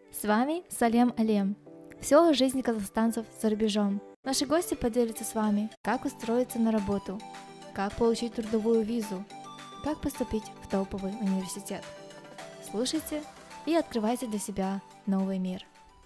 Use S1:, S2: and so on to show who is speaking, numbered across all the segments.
S1: С вами Салем Алем. Все о жизни казахстанцев за рубежом. Наши гости поделятся с вами, как устроиться на работу, как получить трудовую визу, как поступить в топовый университет. Слушайте и открывайте для себя новый мир.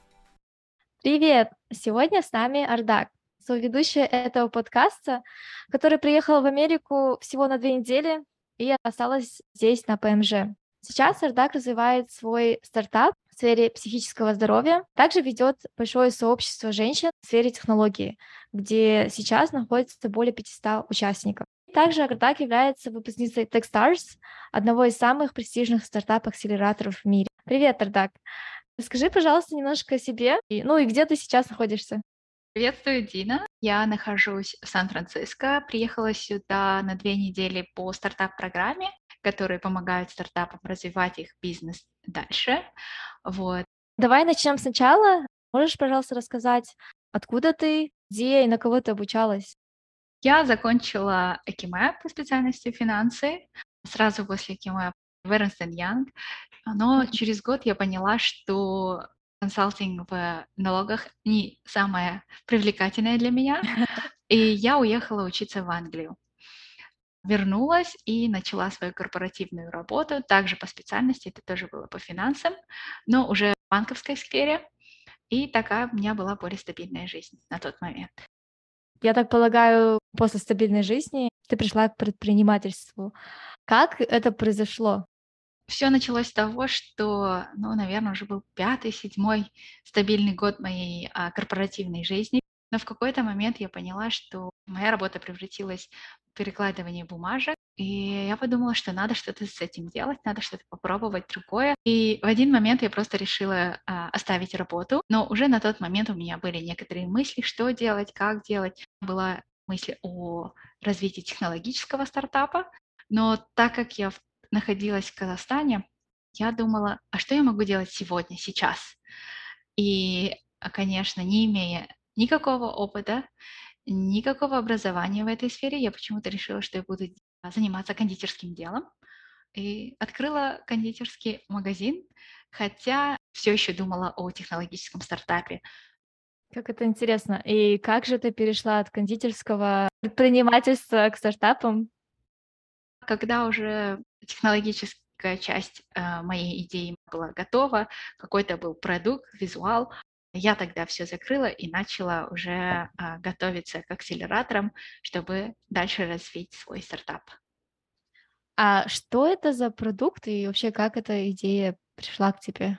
S1: Привет! Сегодня с нами Ардак, соведущая этого подкаста, которая приехала в Америку всего на 2 недели и осталась здесь на ПМЖ. Сейчас Ардак развивает свой стартап в сфере психического здоровья, также ведет большое сообщество женщин в сфере технологии, где сейчас находится более 500 участников. Также Ардак является выпускницей Techstars, одного из самых престижных стартап-акселераторов в мире. Привет, Ардак! Расскажи, пожалуйста, немножко о себе, и где ты сейчас находишься?
S2: Приветствую, Дина. Я нахожусь в Сан-Франциско. Приехала сюда на 2 недели по стартап-программе, которые помогают стартапам развивать их бизнес дальше. Вот.
S1: Давай начнем сначала. Можешь, пожалуйста, рассказать, откуда ты, где и на кого ты обучалась?
S2: Я закончила ЭКИМЭП по специальности финансы. Сразу после ЭКИМЭП в Ernst Young. Но
S1: Мгм.
S2: через год я поняла, что консалтинг в налогах не самое привлекательное для меня, и я уехала учиться в Англию. Вернулась и начала свою корпоративную работу, также по специальности, это тоже было по финансам, но уже в банковской сфере. И такая у меня была более стабильная жизнь на тот момент.
S1: Я так полагаю, после стабильной жизни ты пришла к предпринимательству. Как это произошло?
S2: Все началось с того, что, наверное, уже был пятый, седьмой стабильный год моей корпоративной жизни. Но в какой-то момент я поняла, что моя работа превратилась в перекладывание бумажек, и я подумала, что надо что-то с этим делать, надо что-то попробовать другое. И в один момент я просто решила оставить работу, но уже на тот момент у меня были некоторые мысли, что делать, как делать. Была мысль о развитии технологического стартапа, но так как я находилась в Казахстане, я думала, а что я могу делать сегодня, сейчас? И, конечно, не имея никакого опыта, никакого образования в этой сфере, я почему-то решила, что я буду заниматься кондитерским делом. И открыла кондитерский магазин, хотя все еще думала о технологическом стартапе.
S1: Как это интересно. И как же ты перешла от кондитерского предпринимательства к стартапам?
S2: Когда уже технологическая часть моей идеи была готова, какой-то был продукт, визуал, я тогда все закрыла и начала уже готовиться к акселераторам, чтобы дальше развить свой стартап.
S1: А что это за продукт и вообще как эта идея пришла к тебе?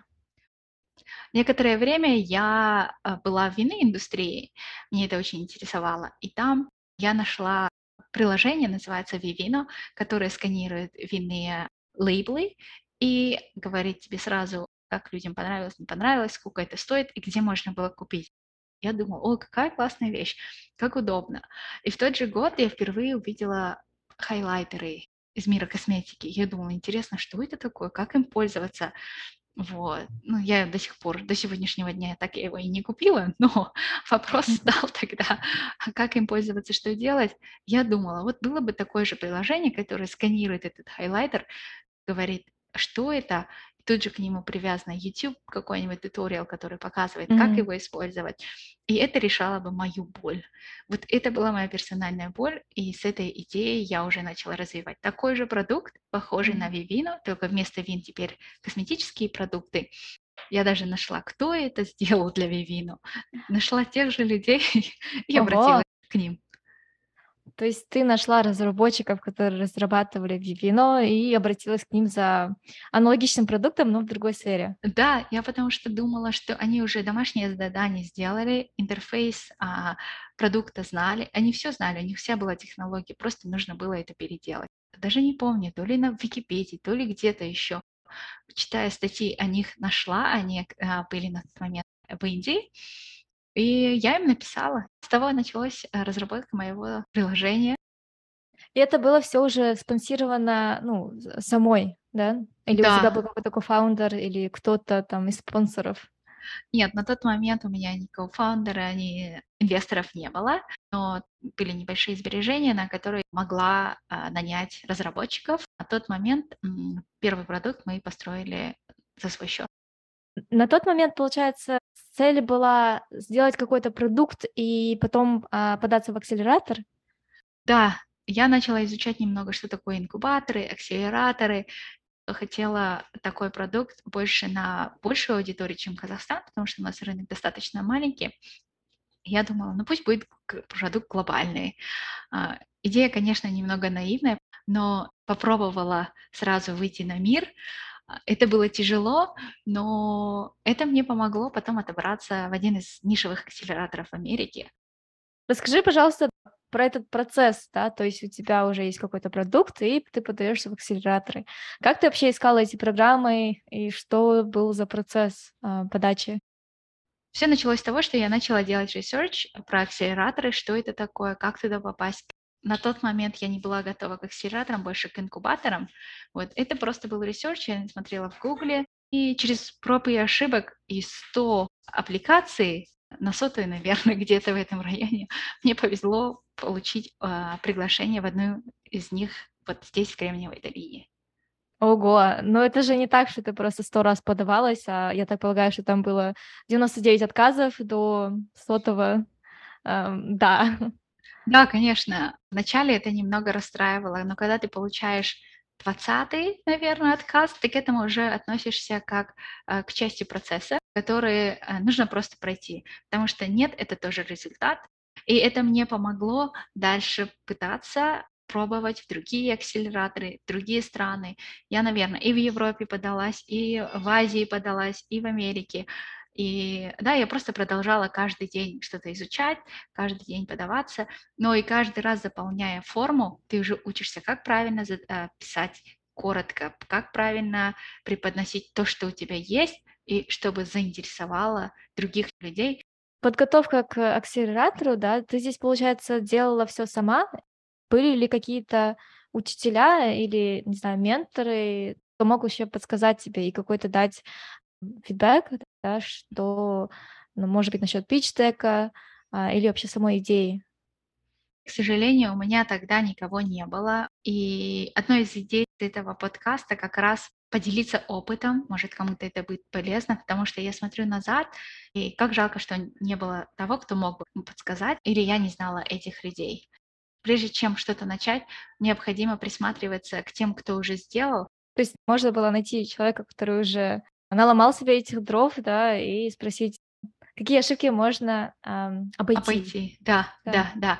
S2: Некоторое время я была в винной индустрии, мне это очень интересовало, и там я нашла приложение, называется Vivino, которое сканирует винные лейблы и говорит тебе сразу, как людям понравилось, не понравилось, сколько это стоит и где можно было купить. Я думала, о, какая классная вещь, как удобно. И в тот же год я впервые увидела хайлайтеры из мира косметики. Я думала, интересно, что это такое, как им пользоваться. Вот. Ну, я до сих пор, до сегодняшнего дня так я его и не купила, но вопрос стал тогда, а как им пользоваться, что делать? Я думала, вот было бы такое же приложение, которое сканирует этот хайлайтер, говорит, что это, и тут же к нему привязан YouTube, какой-нибудь туториал, который показывает, как
S1: Мгм.
S2: его использовать, и это решало бы мою боль. Вот это была моя персональная боль, и с этой идеей я уже начала развивать такой же продукт, похожий на
S1: Мгм.
S2: Vivino, только вместо вин теперь косметические продукты. Я даже нашла, кто это сделал для Vivino, нашла тех же людей и
S1: Ого!
S2: обратилась к ним.
S1: То есть ты нашла разработчиков, которые разрабатывали Vivino, и обратилась к ним за аналогичным продуктом, но в другой сфере.
S2: Да, я потому что думала, что они уже домашнее задание сделали, интерфейс продукта знали, они все знали, у них вся была технология, просто нужно было это переделать. Даже не помню, то ли на Википедии, то ли где-то еще. Читая статьи о них нашла, они были на тот момент в Индии, и я им написала. С того началась разработка моего приложения.
S1: И это было все уже спонсировано, самой, да? Или у тебя был
S2: Да,
S1: какой-то кофаундер или кто-то там из спонсоров?
S2: нет, на тот момент у меня ни кофаундера, ни инвесторов не было, но были небольшие сбережения, на которые могла нанять разработчиков. На тот момент первый продукт мы построили за свой счет.
S1: На тот момент, получается, цель была сделать какой-то продукт и потом, податься в акселератор?
S2: Да, я начала изучать немного, что такое инкубаторы, акселераторы. Хотела такой продукт больше на большую аудиторию, чем Казахстан, потому что у нас рынок достаточно маленький. Я думала, ну пусть будет продукт глобальный. Идея, конечно, немного наивная, но попробовала сразу выйти на мир. Это было тяжело, но это мне помогло потом отобраться в один из нишевых акселераторов Америки.
S1: Расскажи, пожалуйста, про этот процесс, да, то есть у тебя уже есть какой-то продукт, и ты подаешься в акселераторы. Как ты вообще искала эти программы, и что был за процесс, подачи?
S2: Все началось с того, что я начала делать research про акселераторы, что это такое, как туда попасть. На тот момент я не была готова к акселераторам, больше к инкубаторам. Вот. Это просто был research, я смотрела в Гугле, и через проб и ошибок из 100 аппликаций, на сотой, наверное, где-то в этом районе, мне повезло получить приглашение в одну из них вот здесь, в Кремниевой долине.
S1: Ого, но это же не так, что ты просто 100 раз подавалась, я так полагаю, что там было 99 отказов до 100. Да.
S2: Да, конечно, вначале это немного расстраивало, но когда ты получаешь 20-й, наверное, отказ, ты к этому уже относишься как к части процесса, который нужно просто пройти, потому что нет, это тоже результат. И это мне помогло дальше пытаться пробовать в другие акселераторы, в другие страны. Я, наверное, и в Европе подалась, и в Азии подалась, и в Америке. И да, я просто продолжала каждый день что-то изучать, каждый день подаваться, но и каждый раз заполняя форму, ты уже учишься, как правильно писать коротко, как правильно преподносить то, что у тебя есть, и чтобы заинтересовало других людей.
S1: Подготовка к акселератору, да, ты здесь, получается, делала все сама? Были ли какие-то учителя или, не знаю, менторы, кто мог вообще подсказать тебе и какой-то дать фидбэк, да, что, ну, может быть, насчет питч-дека, или вообще самой идеи?
S2: К сожалению, у меня тогда никого не было. И одной из идей этого подкаста как раз поделиться опытом, может, кому-то это будет полезно, потому что я смотрю назад, и как жалко, что не было того, кто мог бы подсказать, или я не знала этих людей. Прежде чем что-то начать, необходимо присматриваться к тем, кто уже сделал,
S1: То есть можно было найти человека, который уже наломал себе этих дров, да, и спросить, какие ошибки можно, обойти.
S2: обойти. Да,
S1: Да.
S2: да, да.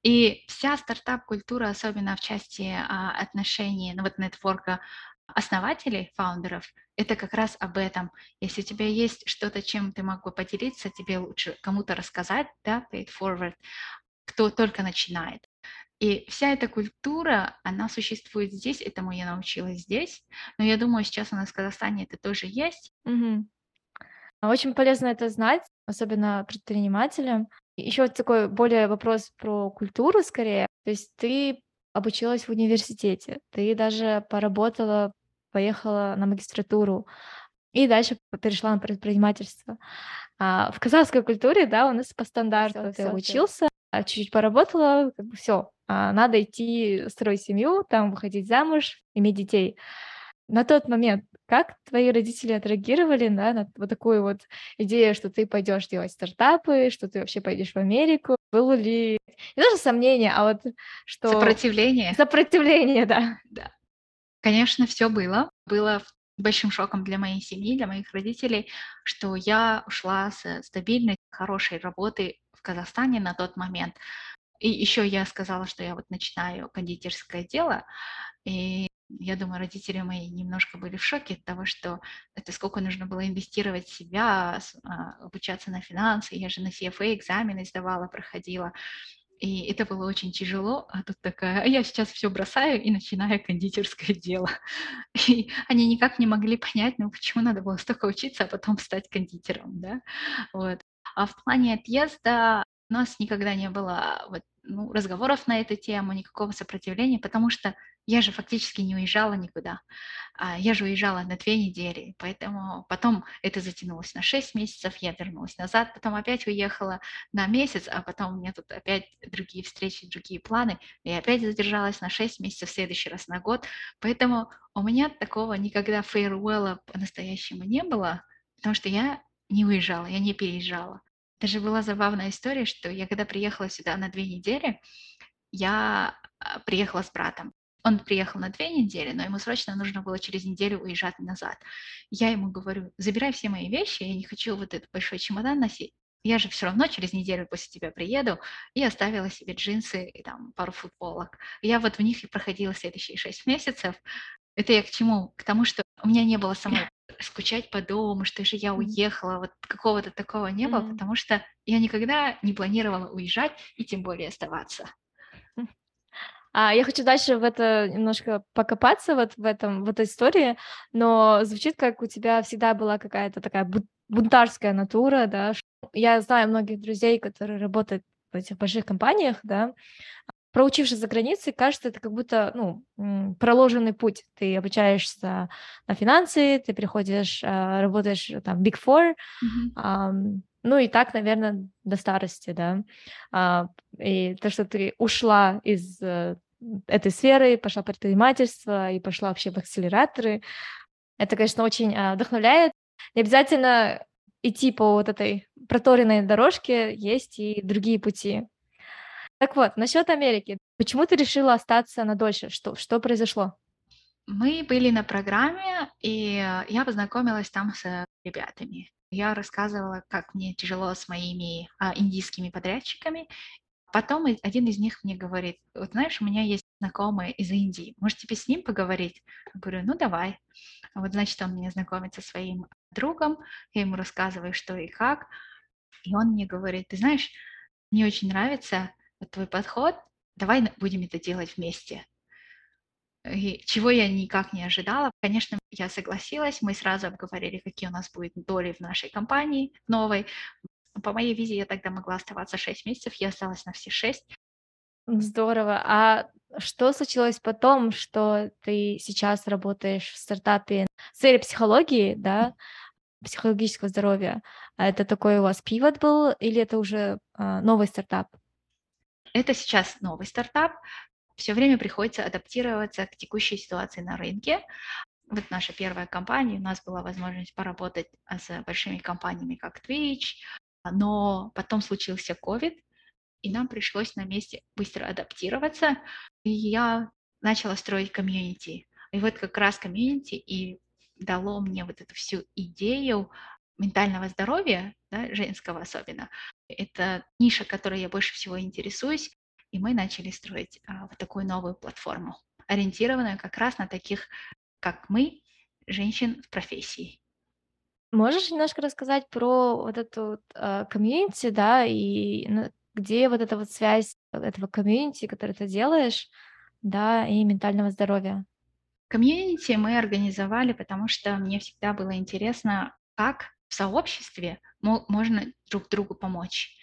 S2: И вся стартап-культура, особенно в части отношений, ну вот нетворка основателей, фаундеров, это как раз об этом. Если у тебя есть что-то, чем ты мог бы поделиться, тебе лучше кому-то рассказать, да, pay it forward, кто только начинает. И вся эта культура, она существует здесь, этому я научилась здесь, но я думаю, сейчас у нас в Казахстане это тоже есть.
S1: Мгм. Очень полезно это знать, особенно предпринимателям. Еще вот такой более вопрос про культуру скорее. То есть ты обучилась в университете, ты даже поработала, поехала на магистратуру и дальше перешла на предпринимательство. В казахской культуре, да, у нас по стандарту ты
S2: Всё.
S1: учился, чуть-чуть поработала, как бы всё, надо идти строить семью, там выходить замуж, иметь детей. На тот момент как твои родители отреагировали, да, на вот такую вот идею, что ты пойдешь делать стартапы, что ты вообще поедешь в Америку? Было ли не то что сомнение, а вот что
S2: Сопротивление,
S1: сопротивление, да?
S2: да. Конечно, все было. Было большим шоком для моей семьи, для моих родителей, что я ушла с стабильной, хорошей работы в Казахстане на тот момент. И еще я сказала, что я вот начинаю кондитерское дело. И я думаю, родители мои немножко были в шоке от того, что это сколько нужно было инвестировать в себя, обучаться на финансы. Я же на CFA экзамены сдавала, проходила. И это было очень тяжело, а тут такая: "А я сейчас все бросаю и начинаю кондитерское дело". И они никак не могли понять, ну, почему надо было столько учиться, а потом стать кондитером, да. Вот. А в плане отъезда у нас никогда не было вот, ну, разговоров на эту тему, никакого сопротивления, потому что я же фактически не уезжала никуда. Я же уезжала на 2 недели, поэтому потом это затянулось на 6 месяцев, я вернулась назад, потом опять уехала на месяц, а потом у меня тут опять другие встречи, другие планы, и опять задержалась на 6 месяцев, в следующий раз на год. Поэтому у меня такого никогда фейервелла по-настоящему не было. потому что я не уезжала, я не переезжала. Даже была забавная история, что я когда приехала сюда на 2 недели, я, приехала с братом. Он приехал на 2 недели, но ему срочно нужно было через неделю уезжать назад. Я ему говорю: "Забирай все мои вещи, я не хочу вот этот большой чемодан носить. Я же все равно через неделю после тебя приеду". И оставила себе джинсы и там пару футболок. Я вот в них и проходила следующие 6 месяцев. Это я к чему? К тому, что у меня не было самой скучать по дому, что же я
S1: Мгм.
S2: уехала, вот какого-то такого не было,
S1: М.
S2: потому что я никогда не планировала уезжать и тем более оставаться.
S1: Я хочу дальше в это немножко покопаться, вот в этой истории, но звучит, как у тебя всегда была какая-то такая бунтарская натура, да. Я знаю многих друзей, которые работают в этих больших компаниях, да. Проучившись за границей, кажется, это как будто, ну, проложенный путь. Ты обучаешься на финансы, ты приходишь, работаешь там Big Four,
S2: Мгм.
S1: ну и так, наверное, до старости, да. А, и то, что ты ушла из, этой сферы, пошла в предпринимательство и пошла вообще в акселераторы, это, конечно, очень, вдохновляет. Не обязательно идти по вот этой проторенной дорожке, есть и другие пути. Так вот, насчет Америки. Почему ты решила остаться на дольше? Что произошло?
S2: Мы были на программе, и, я познакомилась там с ребятами. Я рассказывала, как мне тяжело с моими, индийскими подрядчиками. Потом один из них мне говорит: "Вот знаешь, у меня есть знакомый из Индии, может, тебе с ним поговорить?" Я говорю: "Ну, давай". Вот, значит, он меня знакомит со своим другом, я ему рассказываю, что и как, и он мне говорит: "Ты знаешь, мне очень нравится вот твой подход, давай будем это делать вместе". И чего я никак не ожидала. Конечно, я согласилась, мы сразу обговорили, какие у нас будут доли в нашей компании новой. По моей визе я тогда могла оставаться 6 месяцев, я осталась на все 6.
S1: Здорово. А что случилось потом, что ты сейчас работаешь в стартапе в сфере психологии, да, психологического здоровья? А это такой у вас пивот был или это уже, новый стартап?
S2: Это сейчас новый стартап. Все время приходится адаптироваться к текущей ситуации на рынке. Вот наша первая компания, у нас была возможность поработать, с большими компаниями, как Twitch, но потом случился ковид, и нам пришлось на месте быстро адаптироваться. И я начала строить комьюнити. И вот как раз комьюнити и дало мне вот эту всю идею ментального здоровья, да, женского особенно. Это ниша, которой я больше всего интересуюсь, и мы начали строить вот такую новую платформу, ориентированную как раз на таких, как мы, женщин в профессии.
S1: Можешь немножко рассказать про вот эту вот, комьюнити, да, и где вот эта вот связь этого комьюнити, который ты делаешь, да, и ментального здоровья?
S2: Комьюнити мы организовали, потому что мне всегда было интересно, как в сообществе можно друг другу помочь.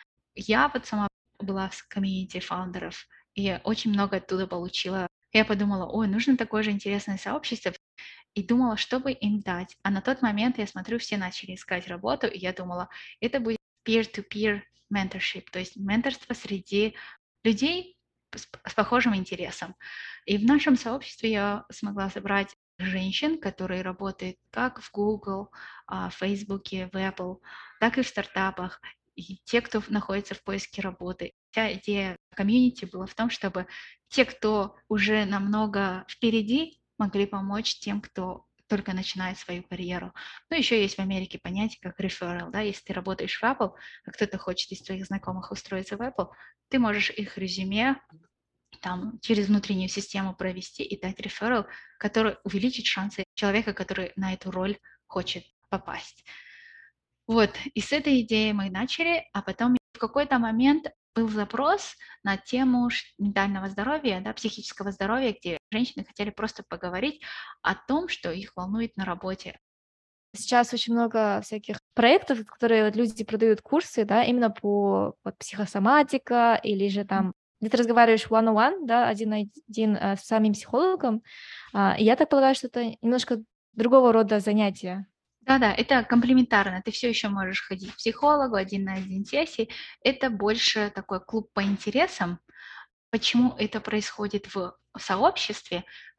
S2: Я вот сама была в комьюнити фаундеров и очень много оттуда получила. Я подумала: ой, нужно такое же интересное сообщество, и думала, что бы им дать. А на тот момент, я смотрю, все начали искать работу, и я думала, это будет peer-to-peer mentorship, то есть менторство среди людей с похожим интересом. И в нашем сообществе я смогла собрать женщин, которые работают как в Google, в Фейсбуке, в Apple, так и в стартапах, и те, кто находится в поиске работы. Вся идея комьюнити была в том, чтобы те, кто уже намного впереди, могли помочь тем, кто только начинает свою карьеру. Ну, еще есть в Америке понятие как referral, да, если ты работаешь в Apple, а кто-то хочет из твоих знакомых устроиться в Apple, ты можешь их резюме там через внутреннюю систему провести и дать referral, который увеличит шансы человека, который на эту роль хочет попасть. Вот, и с этой идеей мы начали, а потом в какой-то момент был запрос на тему ментального здоровья, да, психического здоровья, где женщины хотели просто поговорить о том, что их волнует на работе.
S1: Сейчас очень много всяких проектов, которые вот люди продают курсы, да, именно по вот психосоматика или же там, где ты разговариваешь one-on-one, да, один на один, с самим психологом. И я так полагаю, что это немножко другого рода занятия.
S2: Да-да, это комплементарно. Ты все еще можешь ходить к психологу один на один сессии. Это больше такой клуб по интересам. Почему это происходит в сообществе?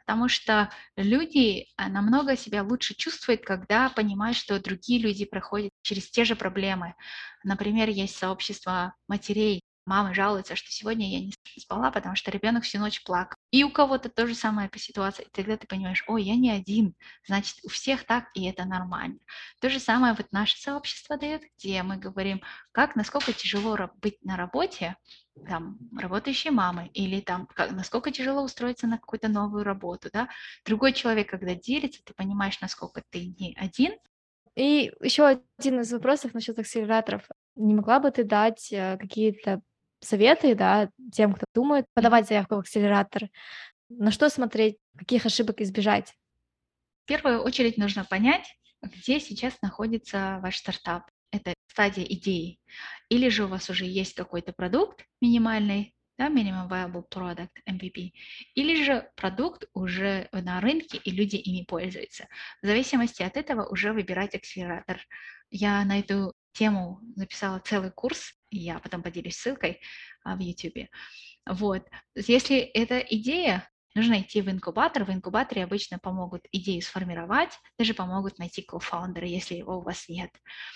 S2: потому что люди намного себя лучше чувствуют, когда понимают, что другие люди проходят через те же проблемы. Например, есть сообщество матерей, мамы жалуются, что сегодня я не спала, потому что ребенок всю ночь плакал. И у кого-то то же самое по ситуации. И тогда ты понимаешь, ой, я не один, значит, у всех так, и это нормально. То же самое вот наше сообщество дает, где мы говорим, как, насколько тяжело быть на работе, там, работающей мамы, или там, как, насколько тяжело устроиться на какую-то новую работу, да. Другой человек, когда делится, ты понимаешь, насколько ты не один.
S1: И еще один из вопросов насчет акселераторов. Не могла бы ты дать, какие-то советы, да, тем, кто думает
S2: Мгм.
S1: подавать заявку в акселератор? На что смотреть, каких ошибок избежать?
S2: В первую очередь нужно понять, где сейчас находится ваш стартап. Это стадия идеи. Или же у вас уже есть какой-то продукт минимальный, да, Minimum Viable Product, MVP, или же продукт уже на рынке, и люди ими пользуются. В зависимости от этого уже выбирать акселератор. Я на эту тему записала целый курс, и я потом поделюсь ссылкой в YouTube. Вот. Если это идея, нужно идти в инкубатор. В инкубаторе обычно помогут идею сформировать, даже помогут найти кофаундера, если его у вас нет.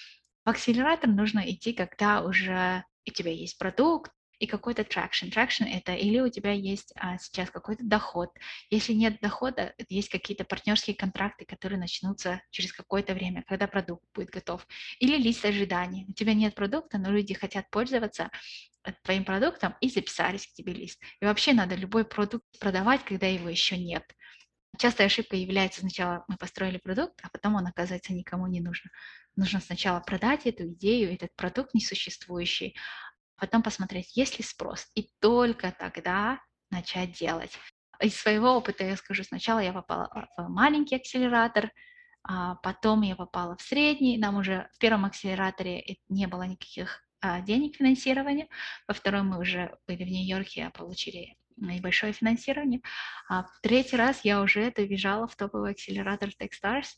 S2: В акселератор нужно идти, когда уже у тебя есть продукт и какой-то тракшн. Тракшн – это или у тебя есть сейчас какой-то доход. Если нет дохода, есть какие-то партнерские контракты, которые начнутся через какое-то время, когда продукт будет готов. Или лист ожиданий. У тебя нет продукта, но люди хотят пользоваться твоим продуктом и записались к тебе лист. И вообще надо любой продукт продавать, когда его еще нет. Частая ошибка является сначала мы построили продукт, а потом он оказывается никому не нужен. Нужно сначала продать эту идею, этот продукт несуществующий, а потом посмотреть, есть ли спрос, и только тогда начать делать. Из своего опыта я скажу, сначала я попала в маленький акселератор, потом я попала в средний, нам уже в первом акселераторе не было никаких денег финансирования, во втором мы уже были в Нью-Йорке, получили небольшое финансирование, а в третий раз я уже добежала в топовый акселератор Techstars.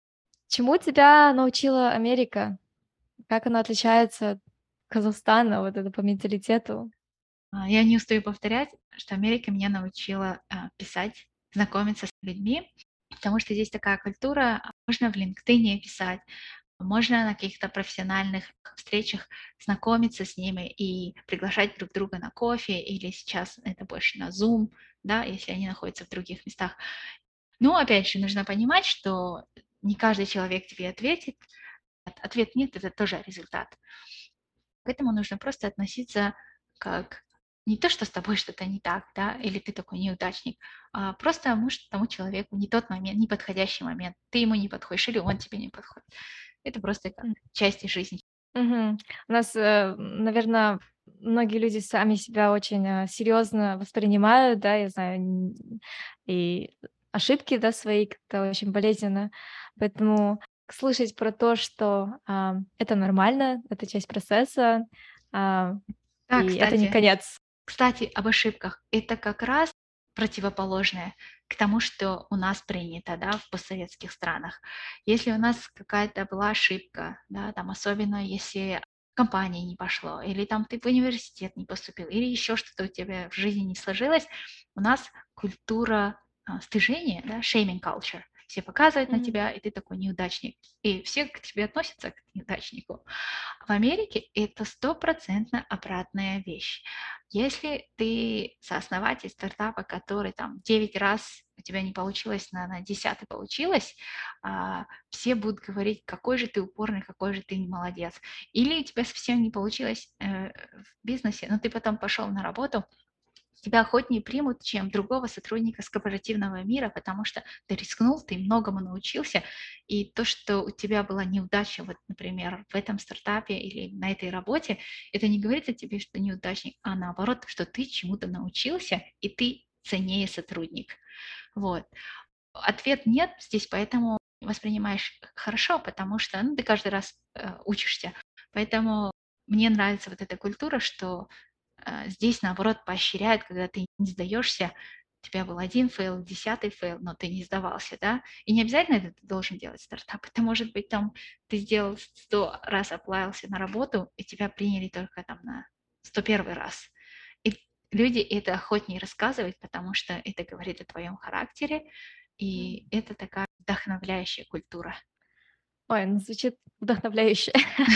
S1: Чему тебя научила Америка? Как она отличается от Казахстана, вот это по менталитету?
S2: Я не устаю повторять, что Америка меня научила писать, знакомиться с людьми, потому что здесь такая культура, можно в LinkedIn писать, можно на каких-то профессиональных встречах знакомиться с ними и приглашать друг друга на кофе, или сейчас это больше на Zoom, да, если они находятся в других местах. Но опять же, нужно понимать, что не каждый человек тебе ответит. Ответ нет, это тоже результат. К этому нужно просто относиться как не то, что с тобой что-то не так, да, или ты такой неудачник, а просто, может, тому человеку не тот момент, неподходящий момент, ты ему не подходишь или он тебе не подходит. Это просто как часть жизни.
S1: Мгм. У нас, наверно, многие люди сами себя очень, серьезно воспринимают, да, я знаю, и ошибки, да, свои как-то очень болезненно. Поэтому слышать про то, что, это нормально, это часть процесса, а,
S2: Да,
S1: и это не
S2: кстати,
S1: конец.
S2: кстати, об ошибках. Это как раз противоположное к тому, что у нас принято, да, в постсоветских странах. Если у нас какая-то была ошибка, да, там особенно если в компании не пошло, или там ты в университет не поступил, или еще что-то у тебя в жизни не сложилось, у нас культура стыжения, да, shaming culture. Все показывают на
S1: Мгм.
S2: тебя, и ты такой неудачник. И все к тебе относятся как к неудачнику. В Америке это стопроцентно обратная вещь. Если ты сооснователь стартапа, который там 9 раз у тебя не получилось, на 10 получилось, все будут говорить, какой же ты упорный, какой же ты молодец. Или у тебя совсем не получилось в бизнесе, но ты потом пошел на работу, тебя охотнее примут, чем другого сотрудника с корпоративного мира, потому что ты рискнул, ты многому научился, и то, что у тебя была неудача, вот, например, в этом стартапе или на этой работе, это не говорит о тебе, что ты неудачник, а наоборот, что ты чему-то научился, и ты ценнее сотрудник. Вот. Ответ нет здесь, поэтому воспринимаешь хорошо, потому что ну, ты каждый раз учишься. Поэтому мне нравится вот эта культура, что здесь, наоборот, поощряют, когда ты не сдаешься, у тебя был один фейл, 10-й фейл, но ты не сдавался, да, и не обязательно это ты должен делать стартап, это может быть там ты сделал 100 раз оплавился на работу, и тебя приняли только там на 101 раз. И люди это охотнее рассказывают, потому что это говорит о твоем характере, и это такая вдохновляющая культура.
S1: Ой, ну звучит вдохновляюще.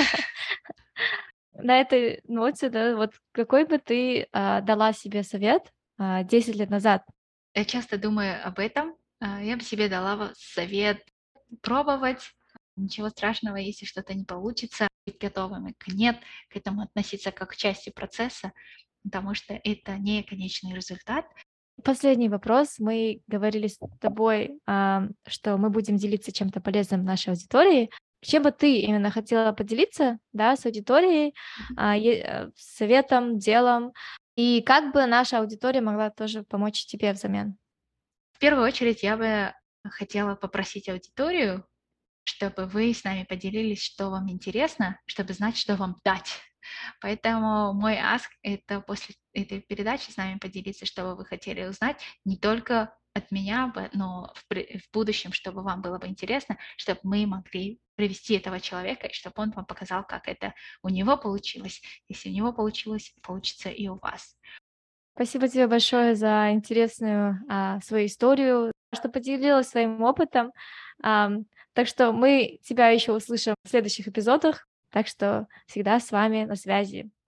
S1: На этой ноте, да, вот какой бы ты, дала себе совет, 10 лет назад?
S2: Я часто думаю об этом. Я бы себе дала совет пробовать. Ничего страшного, если что-то не получится, быть готовым и нет, к этому относиться как к части процесса, потому что это не конечный результат.
S1: Последний вопрос. Мы говорили с тобой, что мы будем делиться чем-то полезным нашей аудитории. Чем бы ты именно хотела поделиться, да, с аудиторией, советом, делом? И как бы наша аудитория могла тоже помочь тебе взамен?
S2: В первую очередь я бы хотела попросить аудиторию, чтобы вы с нами поделились, что вам интересно, чтобы знать, что вам дать. Поэтому мой аск — это после этой передачи с нами поделиться, что бы вы хотели узнать, не только от меня, но в будущем, чтобы вам было бы интересно, чтобы мы могли привести этого человека, и чтобы он вам показал, как это у него получилось. Если у него получилось, получится и у вас.
S1: Спасибо тебе большое за интересную, свою историю, что поделилась своим опытом. Так что мы тебя еще услышим в следующих эпизодах. Так что всегда с вами на связи.